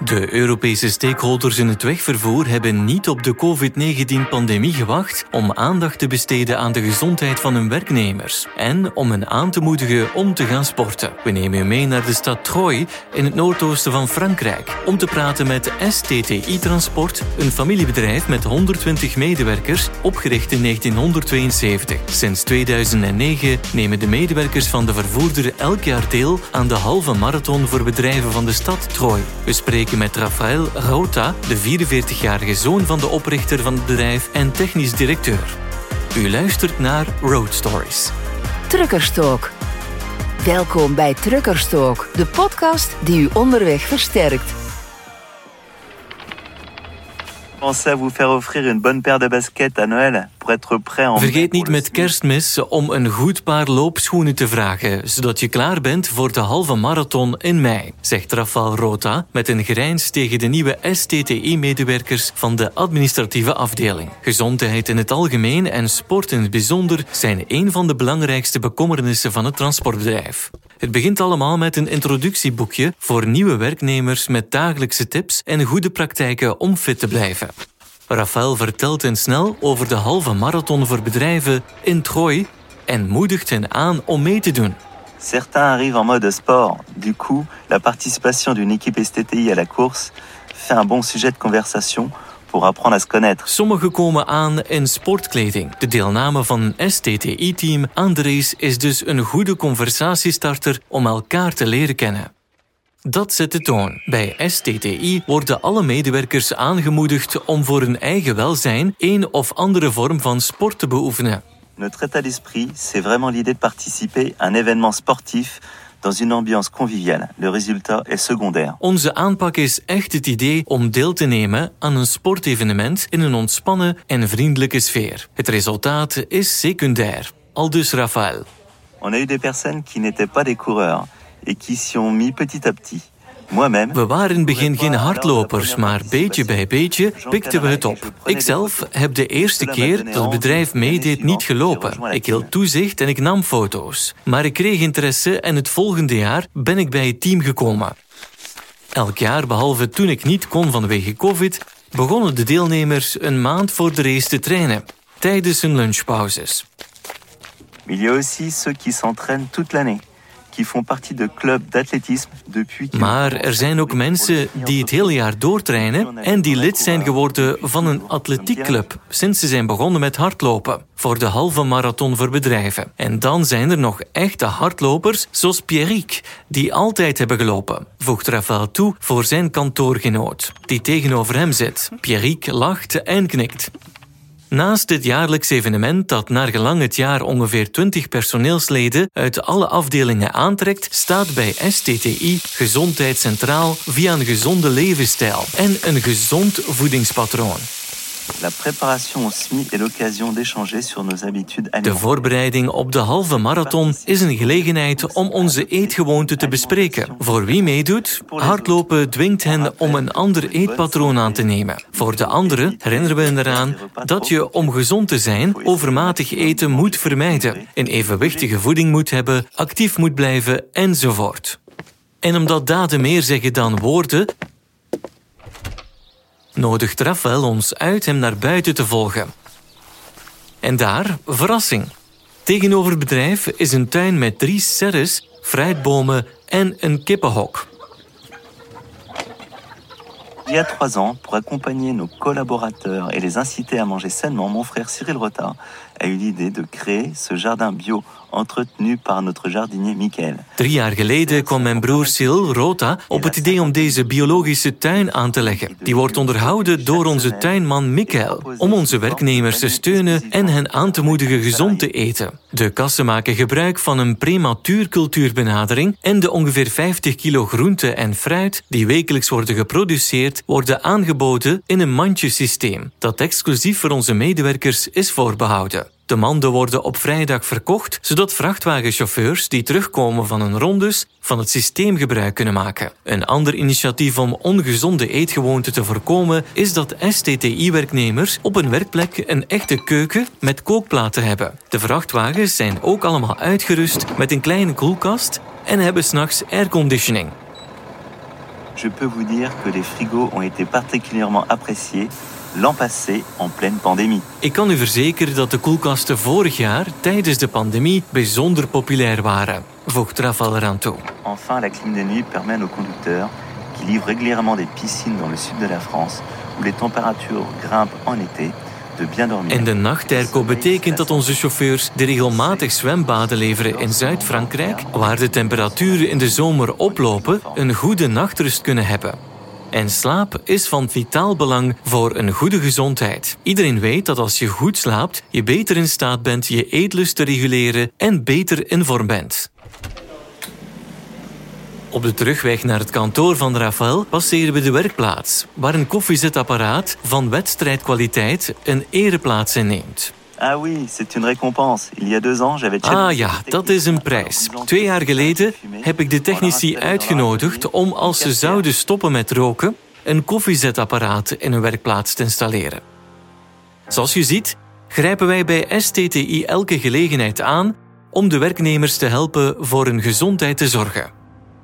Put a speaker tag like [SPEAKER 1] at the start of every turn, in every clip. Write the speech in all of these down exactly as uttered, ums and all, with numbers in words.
[SPEAKER 1] De Europese stakeholders in het wegvervoer hebben niet op de covid negentien-pandemie gewacht om aandacht te besteden aan de gezondheid van hun werknemers en om hen aan te moedigen om te gaan sporten. We nemen u mee naar de stad Troyes in het noordoosten van Frankrijk om te praten met S T T I Transport, een familiebedrijf met honderdtwintig medewerkers, opgericht in negentienhonderdtweeënzeventig. Sinds tweeduizend negen nemen de medewerkers van de vervoerder elk jaar deel aan de halve marathon voor bedrijven van de stad Troyes. We spreken met Rafael Rota, de vierenveertigjarige zoon van de oprichter van het bedrijf en technisch directeur. U luistert naar Road Stories.
[SPEAKER 2] Truckerstalk. Welkom bij Truckerstalk, de podcast die u onderweg versterkt.
[SPEAKER 1] Vergeet niet met Kerstmis om een goed paar loopschoenen te vragen, zodat je klaar bent voor de halve marathon in mei, zegt Rafael Rota met een grijns tegen de nieuwe S T T I-medewerkers van de administratieve afdeling. Gezondheid in het algemeen en sport in het bijzonder zijn een van de belangrijkste bekommernissen van het transportbedrijf. Het begint allemaal met een introductieboekje voor nieuwe werknemers met dagelijkse tips en goede praktijken om fit te blijven. Rafael vertelt hen snel over de halve marathon voor bedrijven in Troyes en moedigt hen aan om mee te doen.
[SPEAKER 3] Certains arrivent en mode sport. Du coup, la participation d'une équipe S T T I à la course fait un bon sujet de conversation pour apprendre à se connaître.
[SPEAKER 1] Sommigen komen aan in sportkleding. De deelname van een S T T I-team aan de race is dus een goede conversatiestarter om elkaar te leren kennen. Dat zet de toon. Bij S T T I worden alle medewerkers aangemoedigd om voor hun eigen welzijn een of andere vorm van sport te beoefenen.
[SPEAKER 3] Notre état d'esprit, c'est vraiment l'idée de participer à un événement sportif dans une ambiance conviviale. Le résultat est secondaire.
[SPEAKER 1] Onze aanpak is echt het idee om deel te nemen aan een sportevenement in een ontspannen en vriendelijke sfeer. Het resultaat is secundair. Aldus Rafael.
[SPEAKER 3] On a eu des personnes qui n'étaient pas des coureurs et qui s'y ont mis petit à petit. Moi-même.
[SPEAKER 1] We waren in het begin geen hardlopers, maar beetje bij beetje pikten we het op. Ikzelf heb de eerste keer dat het bedrijf meedeed niet gelopen. Ik hield toezicht en ik nam foto's. Maar ik kreeg interesse en het volgende jaar ben ik bij het team gekomen. Elk jaar, behalve toen ik niet kon vanwege covid, begonnen de deelnemers een maand voor de race te trainen, tijdens hun lunchpauzes.
[SPEAKER 3] Il y a aussi ceux qui s'entraînent toute l'année. Die font partie de club d'athlétisme depuis.
[SPEAKER 1] Maar er zijn ook mensen die het hele jaar doortrainen en die lid zijn geworden van een atletiekclub sinds ze zijn begonnen met hardlopen voor de halve marathon voor bedrijven. En dan zijn er nog echte hardlopers zoals Pierrick, die altijd hebben gelopen, voegt Rafael toe voor zijn kantoorgenoot, die tegenover hem zit. Pierrick lacht en knikt. Naast dit jaarlijks evenement dat naar gelang het jaar ongeveer twintig personeelsleden uit alle afdelingen aantrekt, staat bij S T T I gezondheid centraal via een gezonde levensstijl en een gezond voedingspatroon.
[SPEAKER 3] La préparation au S M I est l'occasion d'échanger sur nos habitudes alimentaires.
[SPEAKER 1] De voorbereiding op de halve marathon is een gelegenheid om onze eetgewoonten te bespreken. Voor wie meedoet, hardlopen dwingt hen om een ander eetpatroon aan te nemen. Voor de anderen herinneren we hen eraan dat je, om gezond te zijn, overmatig eten moet vermijden, een evenwichtige voeding moet hebben, actief moet blijven enzovoort. En omdat daden meer zeggen dan woorden, nodigt Rafael ons uit hem naar buiten te volgen. En daar, verrassing. Tegenover het bedrijf is een tuin met drie serres, fruitbomen en een kippenhok.
[SPEAKER 3] Il y a trois ans, pour accompagner nos collaborateurs et les inciter à manger sainement, mon frère Cyril Rota a eu l'idée de créer ce jardin bio entretenu par notre jardinier Michael.
[SPEAKER 1] Drie jaar geleden kwam mijn broer Cyril Rota op het idee om deze biologische tuin aan te leggen. Die wordt onderhouden door onze tuinman Michael, om onze werknemers te steunen en hen aan te moedigen gezond te eten. De kassen maken gebruik van een prematuurcultuurbenadering en de ongeveer vijftig kilo groente en fruit die wekelijks worden geproduceerd, worden aangeboden in een mandjesysteem dat exclusief voor onze medewerkers is voorbehouden. De manden worden op vrijdag verkocht, zodat vrachtwagenchauffeurs die terugkomen van hun rondes van het systeem gebruik kunnen maken. Een ander initiatief om ongezonde eetgewoonten te voorkomen is dat S T T I-werknemers op een werkplek een echte keuken met kookplaten hebben. De vrachtwagens zijn ook allemaal uitgerust met een kleine koelkast en hebben 's nachts airconditioning.
[SPEAKER 3] je peux vous dire que les frigos ont été particulièrement appréciés l'an passé en pleine pandémie.
[SPEAKER 1] Ik kan u verzekeren dat de koelkasten vorig jaar, tijdens de pandemie, bijzonder populair waren, voegt Raphaël eraan toe.
[SPEAKER 3] Enfin, la clim de nuit permet à nos conducteurs, qui livrent régulièrement des piscines dans le sud de la France, où les températures grimpent en été, de bien dormir.
[SPEAKER 1] En de nachtairco betekent dat onze chauffeurs die regelmatig zwembaden leveren in Zuid-Frankrijk, waar de temperaturen in de zomer oplopen, een goede nachtrust kunnen hebben. En slaap is van vitaal belang voor een goede gezondheid. Iedereen weet dat als je goed slaapt, je beter in staat bent je eetlust te reguleren en beter in vorm bent. Op de terugweg naar het kantoor van Raphaël passeren we de werkplaats, waar een koffiezetapparaat van wedstrijdkwaliteit een ereplaats inneemt.
[SPEAKER 3] Ah oui, c'est une récompense. Il y a deux ans, j'avais...
[SPEAKER 1] Ah ja, dat is een prijs. Twee jaar geleden heb ik de technici uitgenodigd om, als ze zouden stoppen met roken, een koffiezetapparaat in een werkplaats te installeren. Zoals je ziet, grijpen wij bij S T T I elke gelegenheid aan om de werknemers te helpen voor hun gezondheid te zorgen.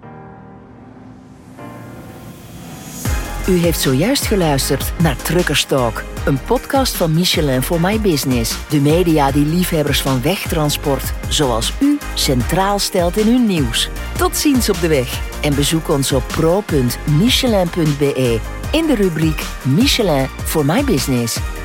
[SPEAKER 2] U heeft zojuist geluisterd naar Truckers Talk, een podcast van Michelin for My Business. De media die liefhebbers van wegtransport, zoals u, centraal stelt in hun nieuws. Tot ziens op de weg en bezoek ons op pro punt michelin punt b e in de rubriek Michelin for My Business.